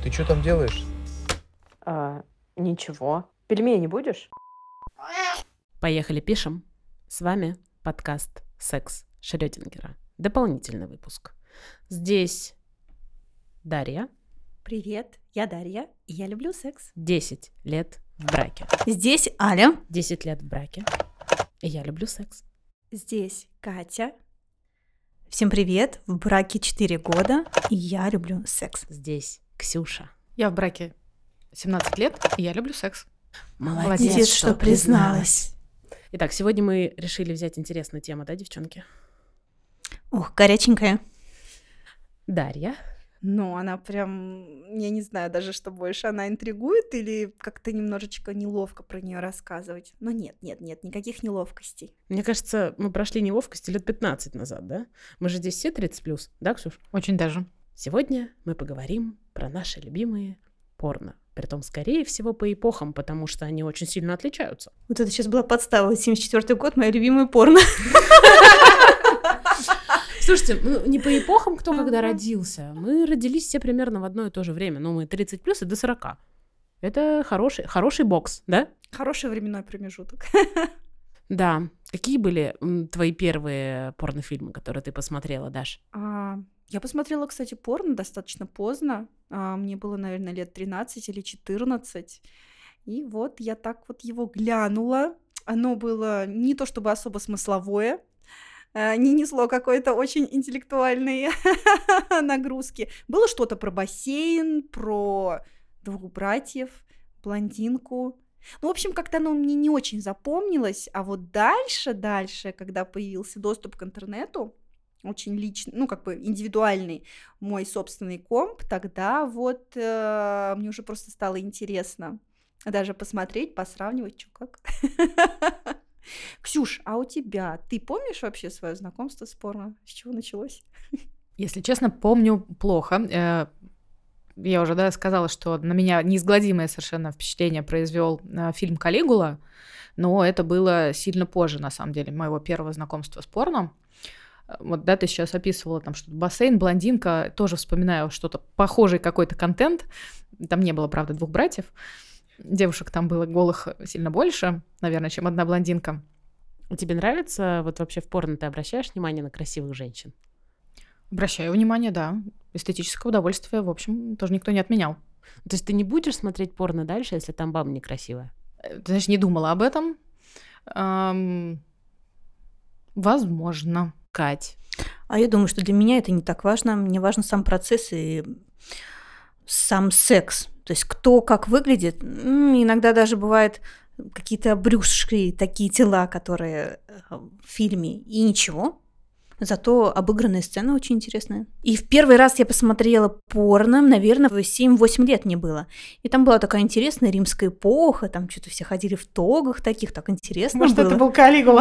Ты что там делаешь? Ничего. Пельмени будешь? Поехали, пишем. С вами подкаст «Секс Шрёдингера». Дополнительный выпуск. Здесь Дарья. Привет, я Дарья, и я люблю секс. 10 лет в браке. Здесь Аля. 10 лет в браке. И я люблю секс. Здесь Катя. Всем привет, в браке 4 года, и я люблю секс. Здесь Ксюша. Я в браке 17 лет, и я люблю секс. Молодец, что призналась. Итак, сегодня мы решили взять интересную тему, да, девчонки? Ух, горяченькая. Дарья. Ну, она прям, я не знаю даже, что больше, она интригует или как-то немножечко неловко про нее рассказывать? Но нет, никаких неловкостей. Мне кажется, мы прошли неловкости лет 15 назад, да? Мы же здесь все 30+, да, Ксюш? Очень даже. Сегодня мы поговорим про наши любимые порно. Притом, скорее всего, по эпохам, потому что они очень сильно отличаются. Вот это сейчас была подстава, 74-й год, моя любимая порно. Слушайте, не по эпохам, кто когда родился. Мы родились все примерно в одно и то же время. Ну, мы 30+ и до 40. Это хороший бокс, да? Хороший временной промежуток. Да. Какие были твои первые порнофильмы, которые ты посмотрела, Даш? Я посмотрела, кстати, порно достаточно поздно. Мне было, наверное, лет 13 или 14. И вот я так вот его глянула. Оно было не то чтобы особо смысловое, не несло какой-то очень интеллектуальной нагрузки. Было что-то про бассейн, про двух братьев, блондинку. Ну, в общем, как-то оно мне не очень запомнилось. А вот дальше, когда появился доступ к интернету, очень личный, ну, как бы индивидуальный мой собственный комп, тогда вот мне уже просто стало интересно даже посмотреть, посравнивать, что как. Ксюш, а у тебя, ты помнишь вообще свое знакомство с порно? С чего началось? Если честно, помню плохо. Я уже сказала, что на меня неизгладимое совершенно впечатление произвел фильм «Калигула», но это было сильно позже, на самом деле, моего первого знакомства с порно. Вот, да, ты сейчас описывала там что-то бассейн, блондинка, тоже вспоминаю что-то похожий какой-то контент. Там не было, правда, двух братьев. Девушек там было голых сильно больше, наверное, чем одна блондинка. Тебе нравится, вот вообще в порно ты обращаешь внимание на красивых женщин? Обращаю внимание, да. Эстетическое удовольствие, в общем, тоже никто не отменял. То есть ты не будешь смотреть порно дальше, если там баба некрасивая? Ты знаешь, не думала об этом. Возможно. Кать. А я думаю, что для меня это не так важно. Мне важен сам процесс и сам секс. То есть кто как выглядит. Иногда даже бывают какие-то обрюзшие такие тела, которые в фильме, и ничего. Зато обыгранная сцена очень интересная. И в первый раз я посмотрела порно, наверное, в 7-8 лет мне было. И там была такая интересная римская эпоха, там что-то все ходили в тогах таких, так интересно было. Может, это был Калигула?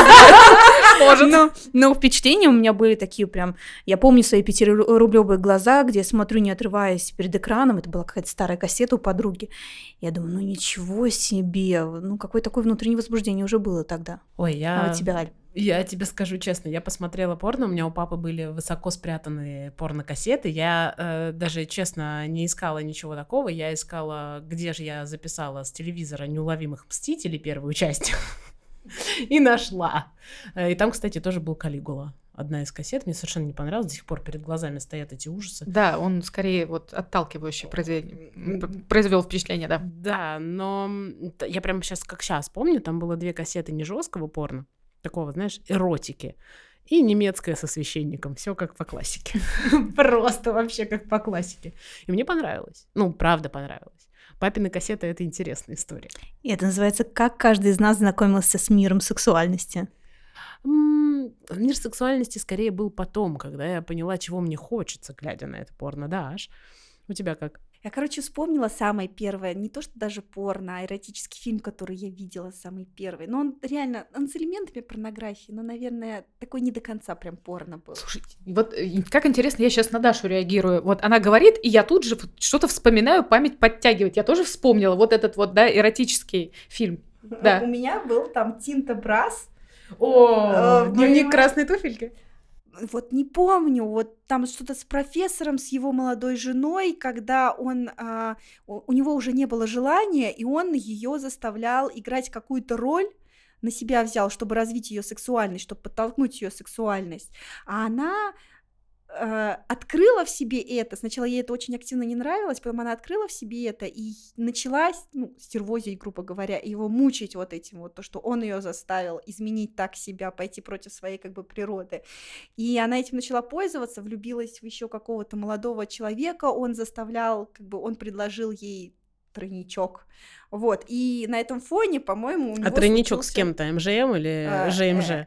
Но впечатления у меня были такие прям... Я помню свои 5-рублевые глаза, где я смотрю, не отрываясь перед экраном. Это была какая-то старая кассета у подруги. Я думаю, ну ничего себе. Ну какое такое внутреннее возбуждение уже было тогда. Ой, А у тебя, Аль? Я тебе скажу честно, я посмотрела порно, у меня у папы были высоко спрятанные порнокассеты, я даже, честно, не искала ничего такого, я искала, где же я записала с телевизора «Неуловимых мстителей» первую часть, и нашла. И там, кстати, тоже был «Калигула». Одна из кассет, мне совершенно не понравилась, до сих пор перед глазами стоят эти ужасы. Да, он скорее вот отталкивающе произвел впечатление, да. Да, но я прямо сейчас помню, там было 2 кассеты не жесткого порно, такого, знаешь, эротики, и немецкая со священником. Все как по классике. Просто вообще как по классике. И мне понравилось. Ну, правда понравилось. Папины кассеты — это интересная история. И это называется «Как каждый из нас знакомился с миром сексуальности». Мир сексуальности скорее был потом, когда я поняла, чего мне хочется, глядя на это порно. Даш, у тебя как? Я, вспомнила самое первое, не то что даже порно, а эротический фильм, который я видела, самый первый. Но он реально, он с элементами порнографии, но, наверное, такой не до конца прям порно был. Слушай, вот как интересно, я сейчас на Дашу реагирую. Вот она говорит, и я тут же что-то вспоминаю, память подтягивает. Я тоже вспомнила вот этот вот, да, эротический фильм. Да. У меня был там Тинто Брасс. О, дневник красной туфельки. вот не помню, вот там что-то с профессором, с его молодой женой, когда у него уже не было желания, и он ее заставлял играть какую-то роль, на себя взял, чтобы развить ее сексуальность, чтобы подтолкнуть ее сексуальность. А она открыла в себе это. Сначала ей это очень активно не нравилось, потом она открыла в себе это и начала, стервозить, грубо говоря, его мучить вот этим вот, то, что он ее заставил изменить так себя, пойти против своей как бы природы. И она этим начала пользоваться, влюбилась в еще какого-то молодого человека, он заставлял, как бы он предложил ей тройничок. Вот. И на этом фоне, по-моему, у него тройничок случился... с кем-то? МЖМ или ЖМЖ?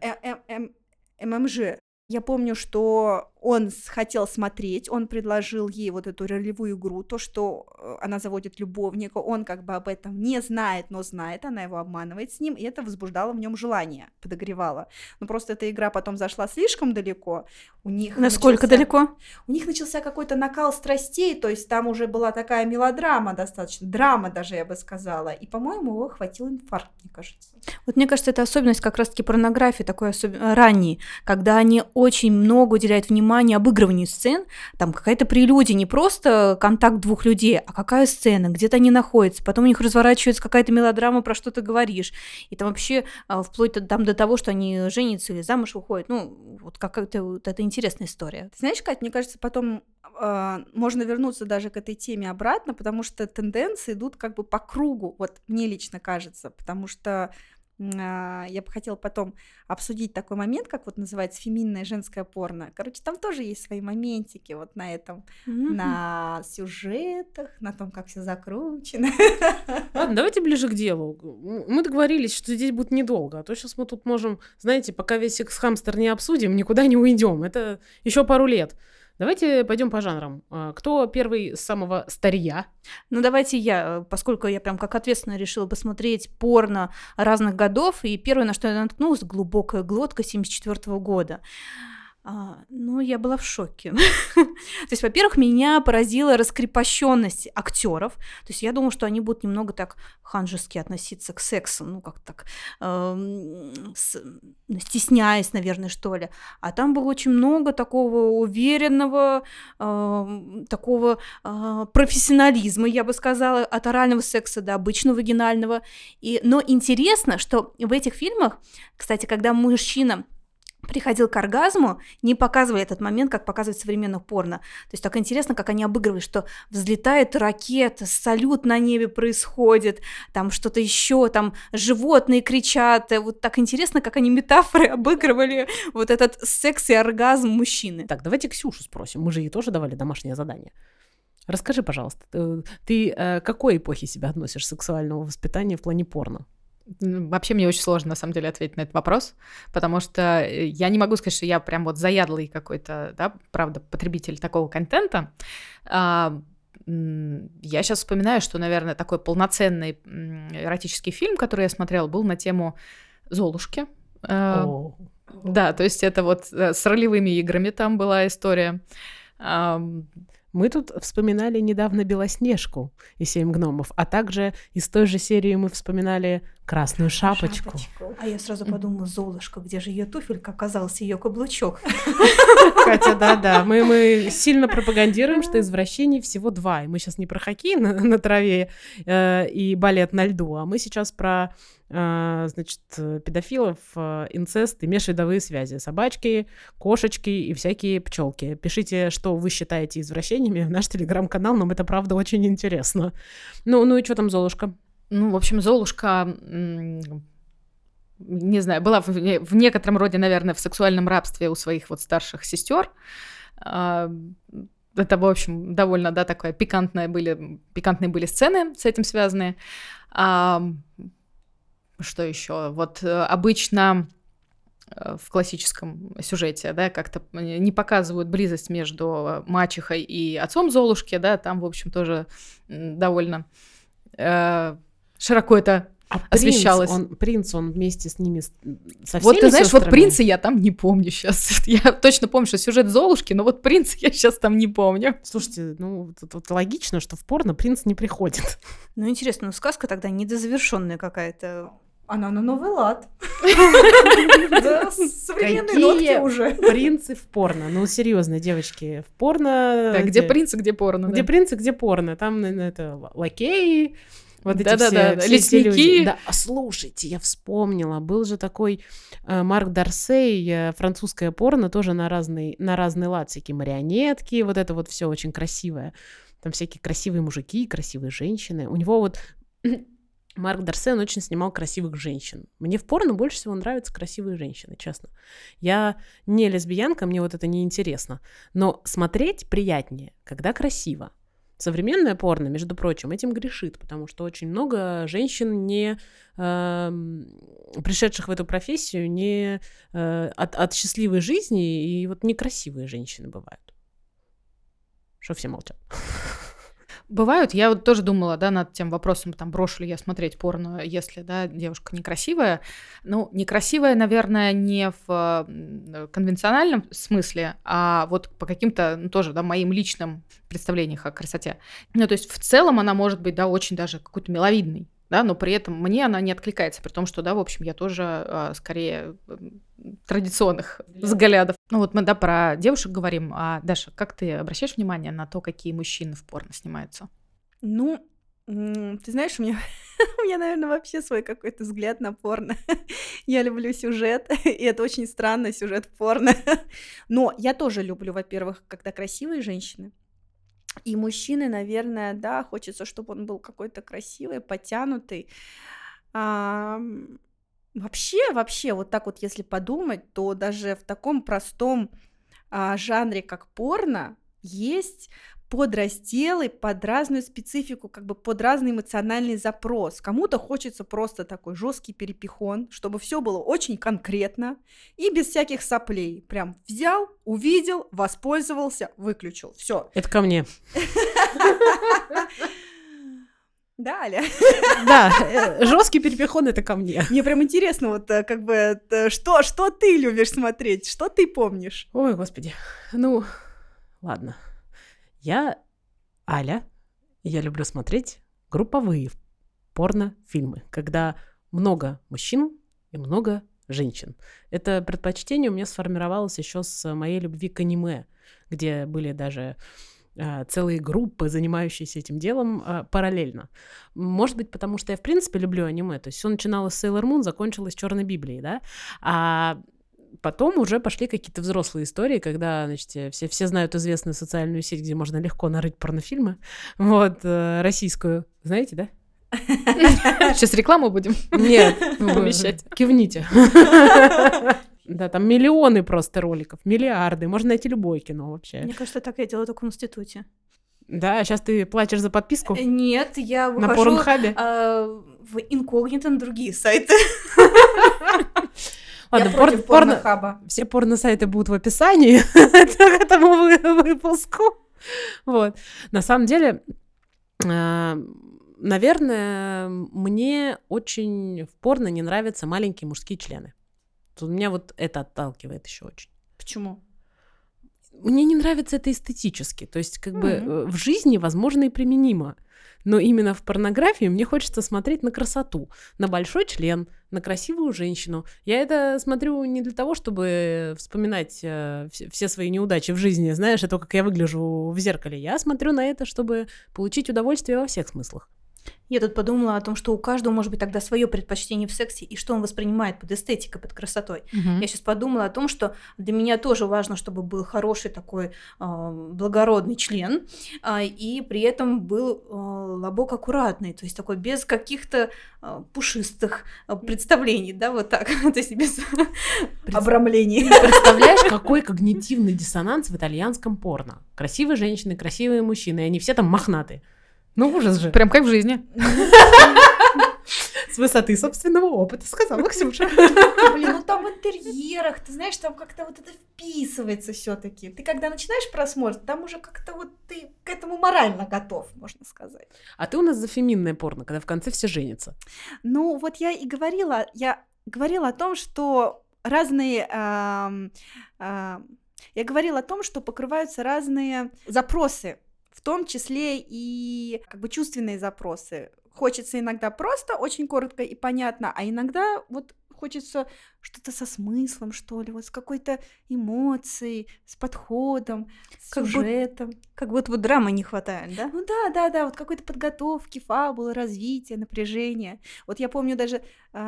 ММЖ. Я помню, что он хотел смотреть, он предложил ей вот эту ролевую игру, то, что она заводит любовника, он как бы об этом не знает, но знает, она его обманывает с ним, и это возбуждало в нем желание, подогревало. Но просто эта игра потом зашла слишком далеко. Насколько далеко? У них начался какой-то накал страстей, то есть там уже была такая мелодрама достаточно, драма даже, я бы сказала, и, по-моему, его хватил инфаркт, мне кажется. Вот мне кажется, это особенность как раз-таки порнографии, такой ранней, когда они очень много уделяют внимания обыгрыванию сцен, там какая-то прелюдия, не просто контакт двух людей, а какая сцена, где-то они находятся, потом у них разворачивается какая-то мелодрама, про что ты говоришь, и там вообще вплоть до того, что они женятся или замуж выходят, вот какая-то вот это интересная история. Ты знаешь, Кать, мне кажется, потом можно вернуться даже к этой теме обратно, потому что тенденции идут как бы по кругу, вот мне лично кажется, потому что я бы хотела потом обсудить такой момент, как вот называется феминное женское порно. Короче, там тоже есть свои моментики вот на этом, на сюжетах, на том, как все закручено. Ладно, давайте ближе к делу. Мы договорились, что здесь будет недолго, а то сейчас мы тут можем, знаете, пока весь секс-хамстер не обсудим, никуда не уйдем. Это еще пару лет. Давайте пойдем по жанрам. Кто первый с самого старья? Давайте я, поскольку я прям как ответственно решила посмотреть порно разных годов, и первое, на что я наткнулась, глубокая глотка 1974 года. Я была в шоке. То есть, во-первых, меня поразила раскрепощенность актеров. То есть я думала, что они будут немного так ханжески относиться к сексу, как так, стесняясь, наверное, что ли. А там было очень много такого уверенного, такого профессионализма, я бы сказала, от орального секса до обычного вагинального. Но интересно, что в этих фильмах, кстати, когда мужчина приходил к оргазму, не показывая этот момент, как показывают в современных порно. То есть так интересно, как они обыгрывали, что взлетает ракета, салют на небе происходит, там что-то еще, там животные кричат. Вот так интересно, как они метафоры обыгрывали вот этот секс и оргазм мужчины. Так, давайте Ксюшу спросим. Мы же ей тоже давали домашнее задание. Расскажи, пожалуйста, ты к какой эпохе себя относишь сексуального воспитания в плане порно? Вообще мне очень сложно, на самом деле, ответить на этот вопрос, потому что я не могу сказать, что я прям вот заядлый какой-то, да, правда, потребитель такого контента. Я сейчас вспоминаю, что, наверное, такой полноценный эротический фильм, который я смотрела, был на тему «Золушки». Да, то есть это вот с ролевыми играми там была история. Мы тут вспоминали недавно «Белоснежку» и «Семь гномов», а также из той же серии мы вспоминали «Красную шапочку». А я сразу подумала, Золушка, где же ее туфелька оказался, ее каблучок? Хотя, да, мы сильно пропагандируем, что извращений всего 2. И мы сейчас не про хоккей на траве и балет на льду, а мы сейчас про, значит, педофилов, инцест и межвидовые связи. Собачки, кошечки и всякие пчелки. Пишите, что вы считаете извращениями в наш телеграм-канал, нам это правда очень интересно. Ну и что там Золушка? В общем, Золушка, не знаю, была в некотором роде, наверное, в сексуальном рабстве у своих вот старших сестер. Это, в общем, довольно, да, такая пикантные были сцены с этим связанные. Что еще? Вот обычно в классическом сюжете, да, как-то не показывают близость между мачехой и отцом Золушки, да, там, в общем, тоже довольно широко это освещалось. Принц, он вместе с ними со всеми Вот ты знаешь, сестрами? вот принца я там не помню сейчас. Я точно помню, что сюжет Золушки, но вот принца я сейчас там не помню. Слушайте, тут логично, что в порно принц не приходит. Интересно, сказка тогда недозавершенная какая-то. Она на новый лад. Да, современные Какие ногти уже. принцы в порно. Ну, серьезно, девочки, в порно... Да, где принц, где порно. Где да. принцы, где порно. Там, наверное, это лакеи, вот эти Да-да-да, все эти люди. лесники. Да, а слушайте, я вспомнила, был же такой Марк Дарсей, французское порно, тоже на разный лад, всякие марионетки, вот это вот все очень красивое. Там всякие красивые мужики, красивые женщины. У него вот Марк Дарсей, он очень снимал красивых женщин. Мне в порно больше всего нравятся красивые женщины, честно. Я не лесбиянка, мне вот это не интересно. Но смотреть приятнее, когда красиво. Современное порно, между прочим, этим грешит, потому что очень много женщин, не пришедших в эту профессию, не от счастливой жизни, и вот некрасивые женщины бывают. Что все молчат? Бывают, я вот тоже думала, да, над тем вопросом, там, брошу ли я смотреть порно, если, да, девушка некрасивая. Ну, некрасивая, наверное, не в конвенциональном смысле, а вот по каким-то, ну, тоже, да, моим личным представлениям о красоте. Ну, то есть в целом она может быть, да, очень даже какой-то миловидной, да, но при этом мне она не откликается, при том, что, да, в общем, я тоже скорее традиционных взглядов. Ну вот мы, да, про девушек говорим, а, Даша, как ты обращаешь внимание на то, какие мужчины в порно снимаются? Ну, ты знаешь, у меня, наверное, вообще свой какой-то взгляд на порно. Я люблю сюжет, и это очень странно, сюжет в порно. Но я тоже люблю, во-первых, когда красивые женщины. И мужчины, наверное, да, хочется, чтобы он был какой-то красивый, подтянутый. Вообще, вот так вот, если подумать, то даже в таком простом жанре, как порно, есть подразделы под разную специфику, как бы под разный эмоциональный запрос. Кому-то хочется просто такой жесткий перепихон, чтобы все было очень конкретно и без всяких соплей. Прям взял, увидел, воспользовался, выключил. Все. Это ко мне. Да, Аля? Да, жесткий перепихон — это ко мне. Мне прям интересно, вот как бы, что ты любишь смотреть, что ты помнишь? Ой, господи. Ну, ладно. Я Аля, и я люблю смотреть групповые порнофильмы, когда много мужчин и много женщин. Это предпочтение у меня сформировалось еще с моей любви к аниме, где были даже целые группы, занимающиеся этим делом параллельно. Может быть, потому что я, в принципе, люблю аниме. То есть все начиналось с Sailor Moon, закончилось Черной Библией, да? А потом уже пошли какие-то взрослые истории, когда, значит, все знают известную социальную сеть, где можно легко нарыть порнофильмы. Вот, российскую. Знаете, да? Сейчас рекламу будем Нет, помещать. Кивните. Да, там миллионы просто роликов, миллиарды. Можно найти любое кино вообще. Мне кажется, так я делаю только в институте. Да, сейчас ты платишь за подписку Нет, я на выхожу Порнхабе. в инкогнито на другие сайты. Ладно, Я против порнохаба. все порно-сайты будут в описании к этому выпуску. Вот. На самом деле, наверное, мне очень в порно не нравятся маленькие мужские члены. Меня вот это отталкивает еще очень. Почему? Мне не нравится это эстетически. То есть, как бы в жизни, возможно, и применимо. Но именно в порнографии мне хочется смотреть на красоту, на большой член, на красивую женщину. Я это смотрю не для того, чтобы вспоминать все свои неудачи в жизни, знаешь, и то, как я выгляжу в зеркале. Я смотрю на это, чтобы получить удовольствие во всех смыслах. Я тут подумала о том, что у каждого может быть тогда свое предпочтение в сексе и что он воспринимает под эстетикой, под красотой. Я сейчас подумала о том, что для меня тоже важно, чтобы был хороший такой благородный член, и при этом был лобок аккуратный, то есть такой без каких-то пушистых представлений, да, вот так, то есть без обрамлений. Представляешь, какой когнитивный диссонанс в итальянском порно? Красивые женщины, красивые мужчины, и они все там мохнатые. Ну, ужас же. Прям как в жизни. С высоты собственного опыта, сказала Ксюша. Блин, ну там в интерьерах, ты знаешь, там как-то вот это вписывается все-таки. Ты когда начинаешь просмотр, там уже как-то вот ты к этому морально готов, можно сказать. А ты у нас за феминное порно, когда в конце все женятся. Ну, вот я говорила о том, что разные... я говорила о том, что покрываются разные запросы, в том числе и как бы чувственные запросы. хочется иногда просто очень коротко и понятно, а иногда вот хочется что-то со смыслом, что ли, вот с какой-то эмоцией, с подходом, с Как сюжетом. Как будто вот драмы не хватает, да? Ну да, вот какой-то подготовки, фабулы, развития, напряжения. Вот я помню даже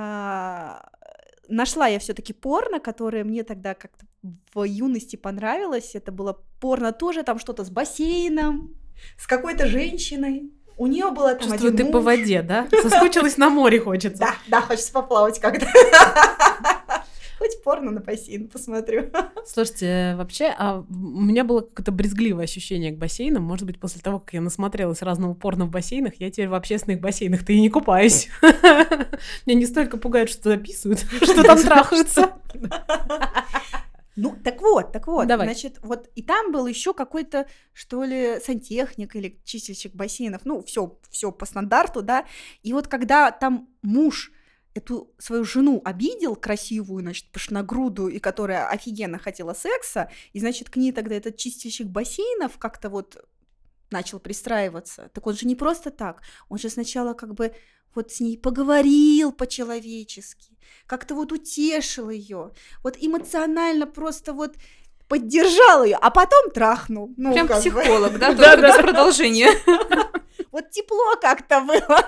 нашла я все-таки порно, которое мне тогда как-то в юности понравилось. Это было порно тоже, там что-то с бассейном, с какой-то женщиной. У нее было там Чувствую, один ты по муж. воде, да? Соскучилась на море, хочется. Да, хочется поплавать когда. Хоть порно на бассейн посмотрю. Слушайте, вообще, у меня было какое-то брезгливое ощущение к бассейнам. Может быть, после того, как я насмотрелась разного порно в бассейнах, я теперь в общественных бассейнах-то и не купаюсь. Меня не столько пугает, что записывают, что там трахаются. Ну, так вот, Давай. значит, вот и там был еще какой-то, что ли, сантехник или чистильщик бассейнов, ну, все по стандарту, да, и вот когда там муж эту свою жену обидел, красивую, значит, пышногрудую, и которая офигенно хотела секса, и, значит, к ней тогда этот чистильщик бассейнов как-то вот начал пристраиваться, так он же не просто так, он же сначала как бы вот с ней поговорил по-человечески, как-то вот утешил ее, вот эмоционально просто вот поддержал ее, а потом трахнул. Ну, Прям как бы. психолог, да? Только без продолжения. Вот тепло как-то было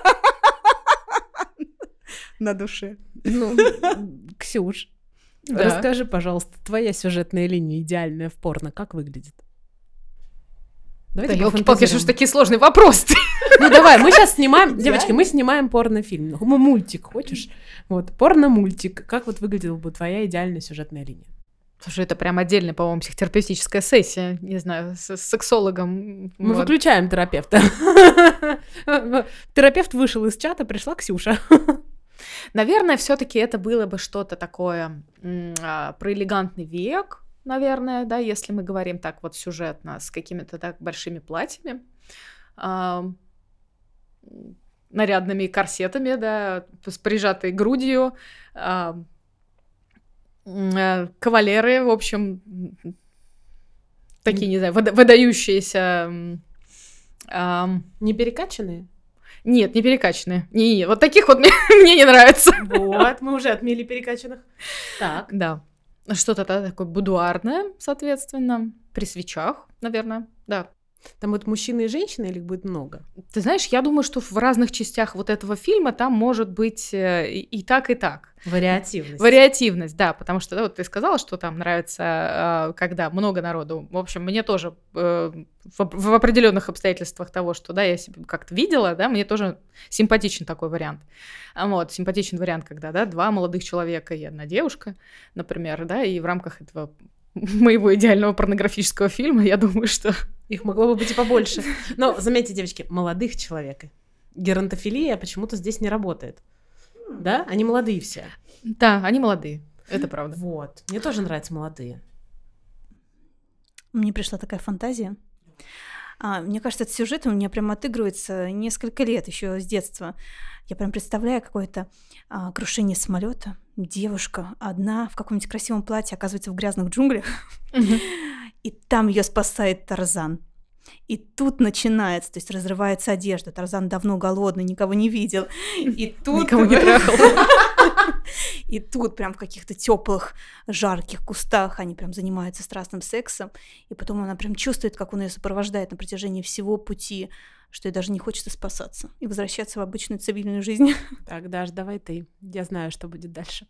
на душе. Ну, Ксюш, Да. расскажи, пожалуйста, твоя сюжетная линия идеальная в порно, как выглядит? Да Давайте ёлки-палки, что ж пофантазируем. такие сложные вопросы? Ну давай, мы сейчас снимаем, девочки, мы снимаем порнофильм, мультик, хочешь? Вот, порно-мультик. Как вот выглядела бы твоя идеальная сюжетная линия? Слушай, это прям отдельная, по-моему, психотерапевтическая сессия, не знаю, с сексологом. Мы Вот. выключаем терапевта. Терапевт вышел из чата, пришла Ксюша. Наверное, все-таки это было бы что-то такое про элегантный век, наверное, да, если мы говорим так вот сюжетно, с какими-то так большими платьями, нарядными корсетами, да, с прижатой грудью, кавалеры, в общем, такие, не знаю, выдающиеся... Не перекачанные? Нет, не перекачанные. Не, вот таких вот мне не нравится. Вот, мы уже отмели перекачанных. Так. Да. Что-то такое будуарное, соответственно, при свечах, наверное, да. Там будут мужчины и женщины или их будет много? Ты знаешь, я думаю, что в разных частях вот этого фильма там может быть и так, и так. Вариативность. Вариативность, да, потому что да, вот ты сказала, что там нравится, когда много народу. В общем, мне тоже в определенных обстоятельствах того, что, да, я себе как-то видела, да, мне тоже симпатичен такой вариант. Вот, симпатичен вариант, когда, да, 2 молодых человека и 1 девушка, например, да, и в рамках этого моего идеального порнографического фильма, я думаю, что... Их могло бы быть и побольше. Но, заметьте, девочки, молодых человек. Геронтофилия почему-то здесь не работает. Да? Они молодые все. Да, они молодые, это правда. Вот. Мне тоже нравятся молодые. Мне пришла такая фантазия. Мне кажется, этот сюжет у меня прям отыгрывается несколько лет, еще с детства. Я прям представляю какое-то крушение самолета. Девушка одна в каком-нибудь красивом платье оказывается в грязных джунглях, и там ее спасает Тарзан. И тут начинается, то есть разрывается одежда. Тарзан давно голодный, никого не видел. И тут... Никого не трахал. И тут прям в каких-то теплых, жарких кустах они прям занимаются страстным сексом. И потом она прям чувствует, как он ее сопровождает на протяжении всего пути, что ей даже не хочется спасаться и возвращаться в обычную цивильную жизнь. Так, Даш, давай ты. Я знаю, что будет дальше.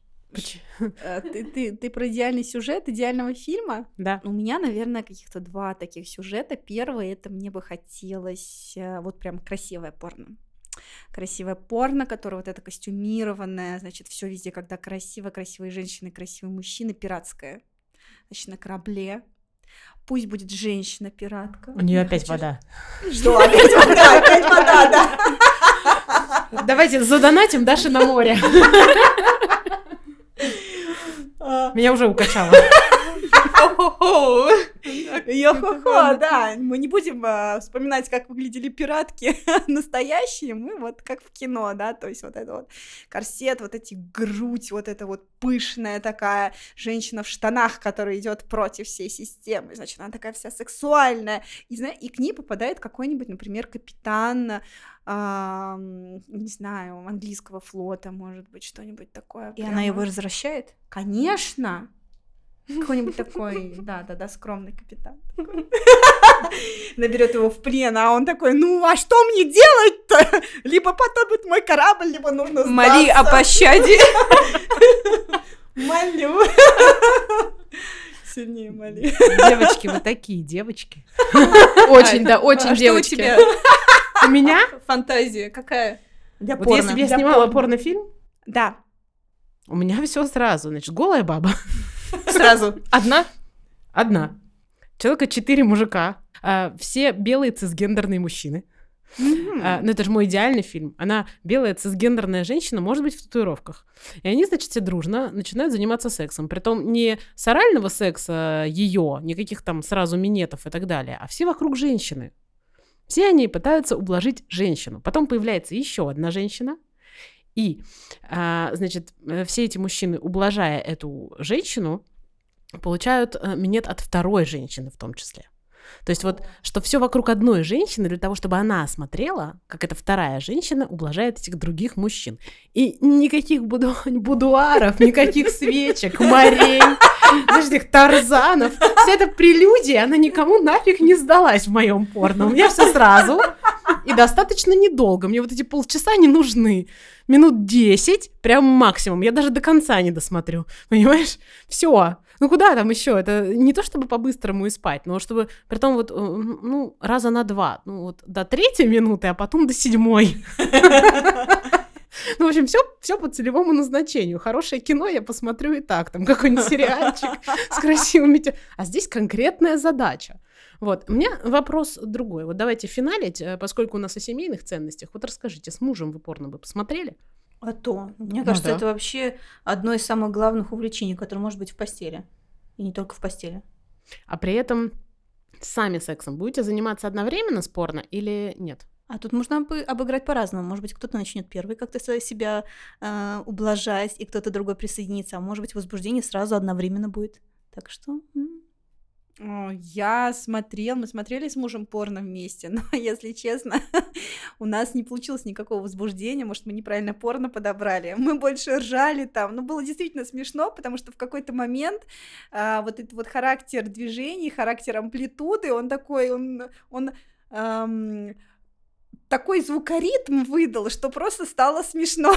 Ты про идеальный сюжет идеального фильма? Да. У меня, наверное, каких-то 2 таких сюжета. Первый — это мне бы хотелось вот прям красивое порно. Красивое порно, которое вот это костюмированное, значит, все везде, когда красиво, красивые женщины, красивые мужчины, пиратское. Значит, на корабле. Пусть будет женщина-пиратка. У нее опять вода. Что? Опять вода, да. Давайте задонатим Даше на море. Меня уже укачало. Йо-хо-хо, да. Мы не будем вспоминать, как выглядели пиратки настоящие. Мы вот как в кино, да, то есть вот это вот корсет, вот эти грудь, вот эта вот пышная такая женщина в штанах, которая идет против всей системы. Значит, она такая вся сексуальная. И к ней попадает какой-нибудь, например, капитан, не знаю, английского флота, может быть, что-нибудь такое. И она его возвращает? Конечно. Какой-нибудь такой, да, скромный капитан. Наберет его в плен, а он такой, ну, а что мне делать-то? Либо потопит мой корабль, либо нужно сдаться. Моли о пощаде. Молю. Сильнее моли. Девочки, вы такие девочки. Очень, да, очень А что у девочки. тебя? У меня? Фантазия какая? Для Вот порно. если бы я снимала порнофильм, Да. у меня все сразу. Значит, голая баба. Сразу. Одна? Одна. Человека 4 мужика. Все белые цисгендерные мужчины. Ну, это же мой идеальный фильм. Она белая цисгендерная женщина, может быть, в татуировках. И они, значит, все дружно начинают заниматься сексом. Притом не с орального секса ее, никаких там сразу минетов и так далее, а все вокруг женщины. Все они пытаются ублажить женщину. Потом появляется еще одна женщина. И, значит, все эти мужчины, ублажая эту женщину, получают минет от второй женщины в том числе. То есть вот, что все вокруг одной женщины для того, чтобы она смотрела, как эта вторая женщина ублажает этих других мужчин. И никаких будуаров, никаких свечек, морей, знаешь, этих тарзанов. Вся эта прелюдия, она никому нафиг не сдалась в моем порно. У меня все сразу и достаточно недолго. Мне вот эти полчаса не нужны. Минут 10, прям максимум. Я даже до конца не досмотрю. Понимаешь? Все. Ну куда там еще? Это не то, чтобы по-быстрому и спать, но чтобы, притом вот, ну, раза на 2. Ну вот до 3-й минуты, а потом до 7-й. Ну, в общем, все по целевому назначению. Хорошее кино я посмотрю и так. Там какой-нибудь сериальчик с красивыми... А здесь конкретная задача. Вот, у меня вопрос другой. Вот давайте финалить, поскольку у нас о семейных ценностях. Вот расскажите, с мужем вы порно бы посмотрели? А то. Мне кажется, да. это вообще одно из самых главных увлечений, которое может быть в постели. И не только в постели. А при этом сами сексом будете заниматься одновременно с порно или нет? А тут можно обыграть по-разному. Может быть, кто-то начнет первый как-то себя ублажать, и кто-то другой присоединится. А может быть, возбуждение сразу одновременно будет. Так что... Мы смотрели с мужем порно вместе, но, если честно, у нас не получилось никакого возбуждения, может, мы неправильно порно подобрали, мы больше ржали там, но было действительно смешно, потому что в какой-то момент вот этот вот характер движений, характер амплитуды, он такой, он такой звукоритм выдал, что просто стало смешно.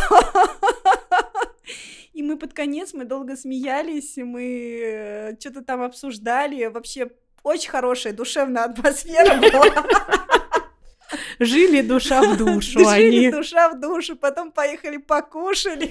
И мы под конец, мы долго смеялись, мы что-то там обсуждали. Вообще очень хорошая душевная атмосфера была. Жили душа в душу Жили они. душа в душу, потом поехали покушали.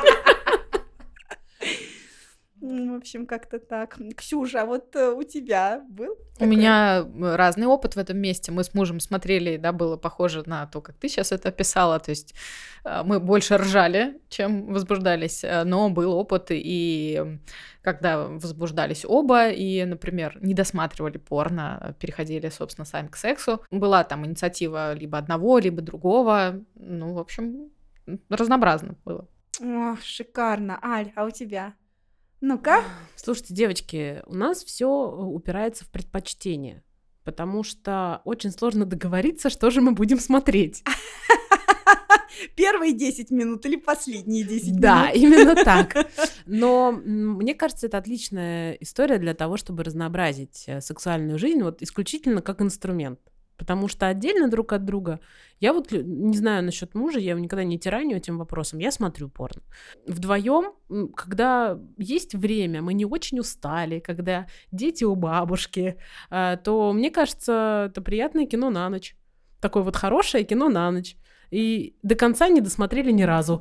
В общем, как-то так. Ксюша, а вот у тебя был? У меня разный опыт в этом месте. Мы с мужем смотрели, да, было похоже на то, как ты сейчас это описала. То есть мы больше ржали, чем возбуждались, но был опыт, и когда возбуждались оба, и, например, не досматривали порно, переходили, собственно, сами к сексу. Была там инициатива либо одного, либо другого. Ну, в общем, разнообразно было. Ох, шикарно. Аль, а у тебя? Ну-ка. Слушайте, девочки, у нас все упирается в предпочтение, потому что очень сложно договориться, что же мы будем смотреть. Первые 10 минут или последние 10 минут? Да, именно так. Но мне кажется, это отличная история для того, чтобы разнообразить сексуальную жизнь вот исключительно как инструмент. Потому что отдельно друг от друга, я вот не знаю насчет мужа, я его никогда не тираню этим вопросом, я смотрю порно. Вдвоем, когда есть время, мы не очень устали, когда дети у бабушки, то, мне кажется, это приятное кино на ночь. Такое вот хорошее кино на ночь. И до конца не досмотрели ни разу.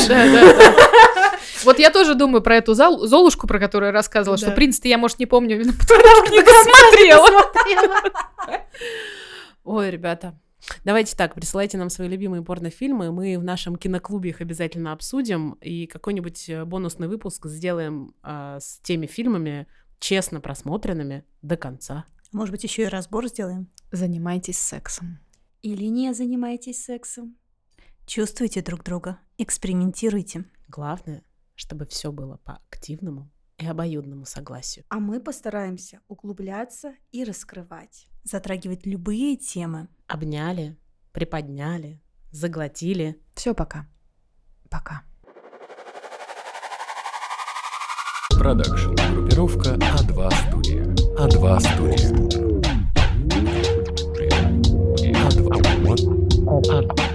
Вот я тоже думаю про эту Золушку, про которую я рассказывала, что принц-то я, может, не помню, потому что не досмотрела. Ой, ребята, давайте так, присылайте нам свои любимые порнофильмы, мы в нашем киноклубе их обязательно обсудим, и какой-нибудь бонусный выпуск сделаем с теми фильмами, честно просмотренными до конца. Может быть, еще и разбор сделаем? Занимайтесь сексом. Или не занимайтесь сексом. Чувствуйте друг друга, экспериментируйте. Главное, чтобы все было по активному и обоюдному согласию. А мы постараемся углубляться и раскрывать. Затрагивать любые темы. Обняли, приподняли, заглотили. Все, пока. Пока. Продакшн. Группировка А2 Студия. А2 Студия. А2.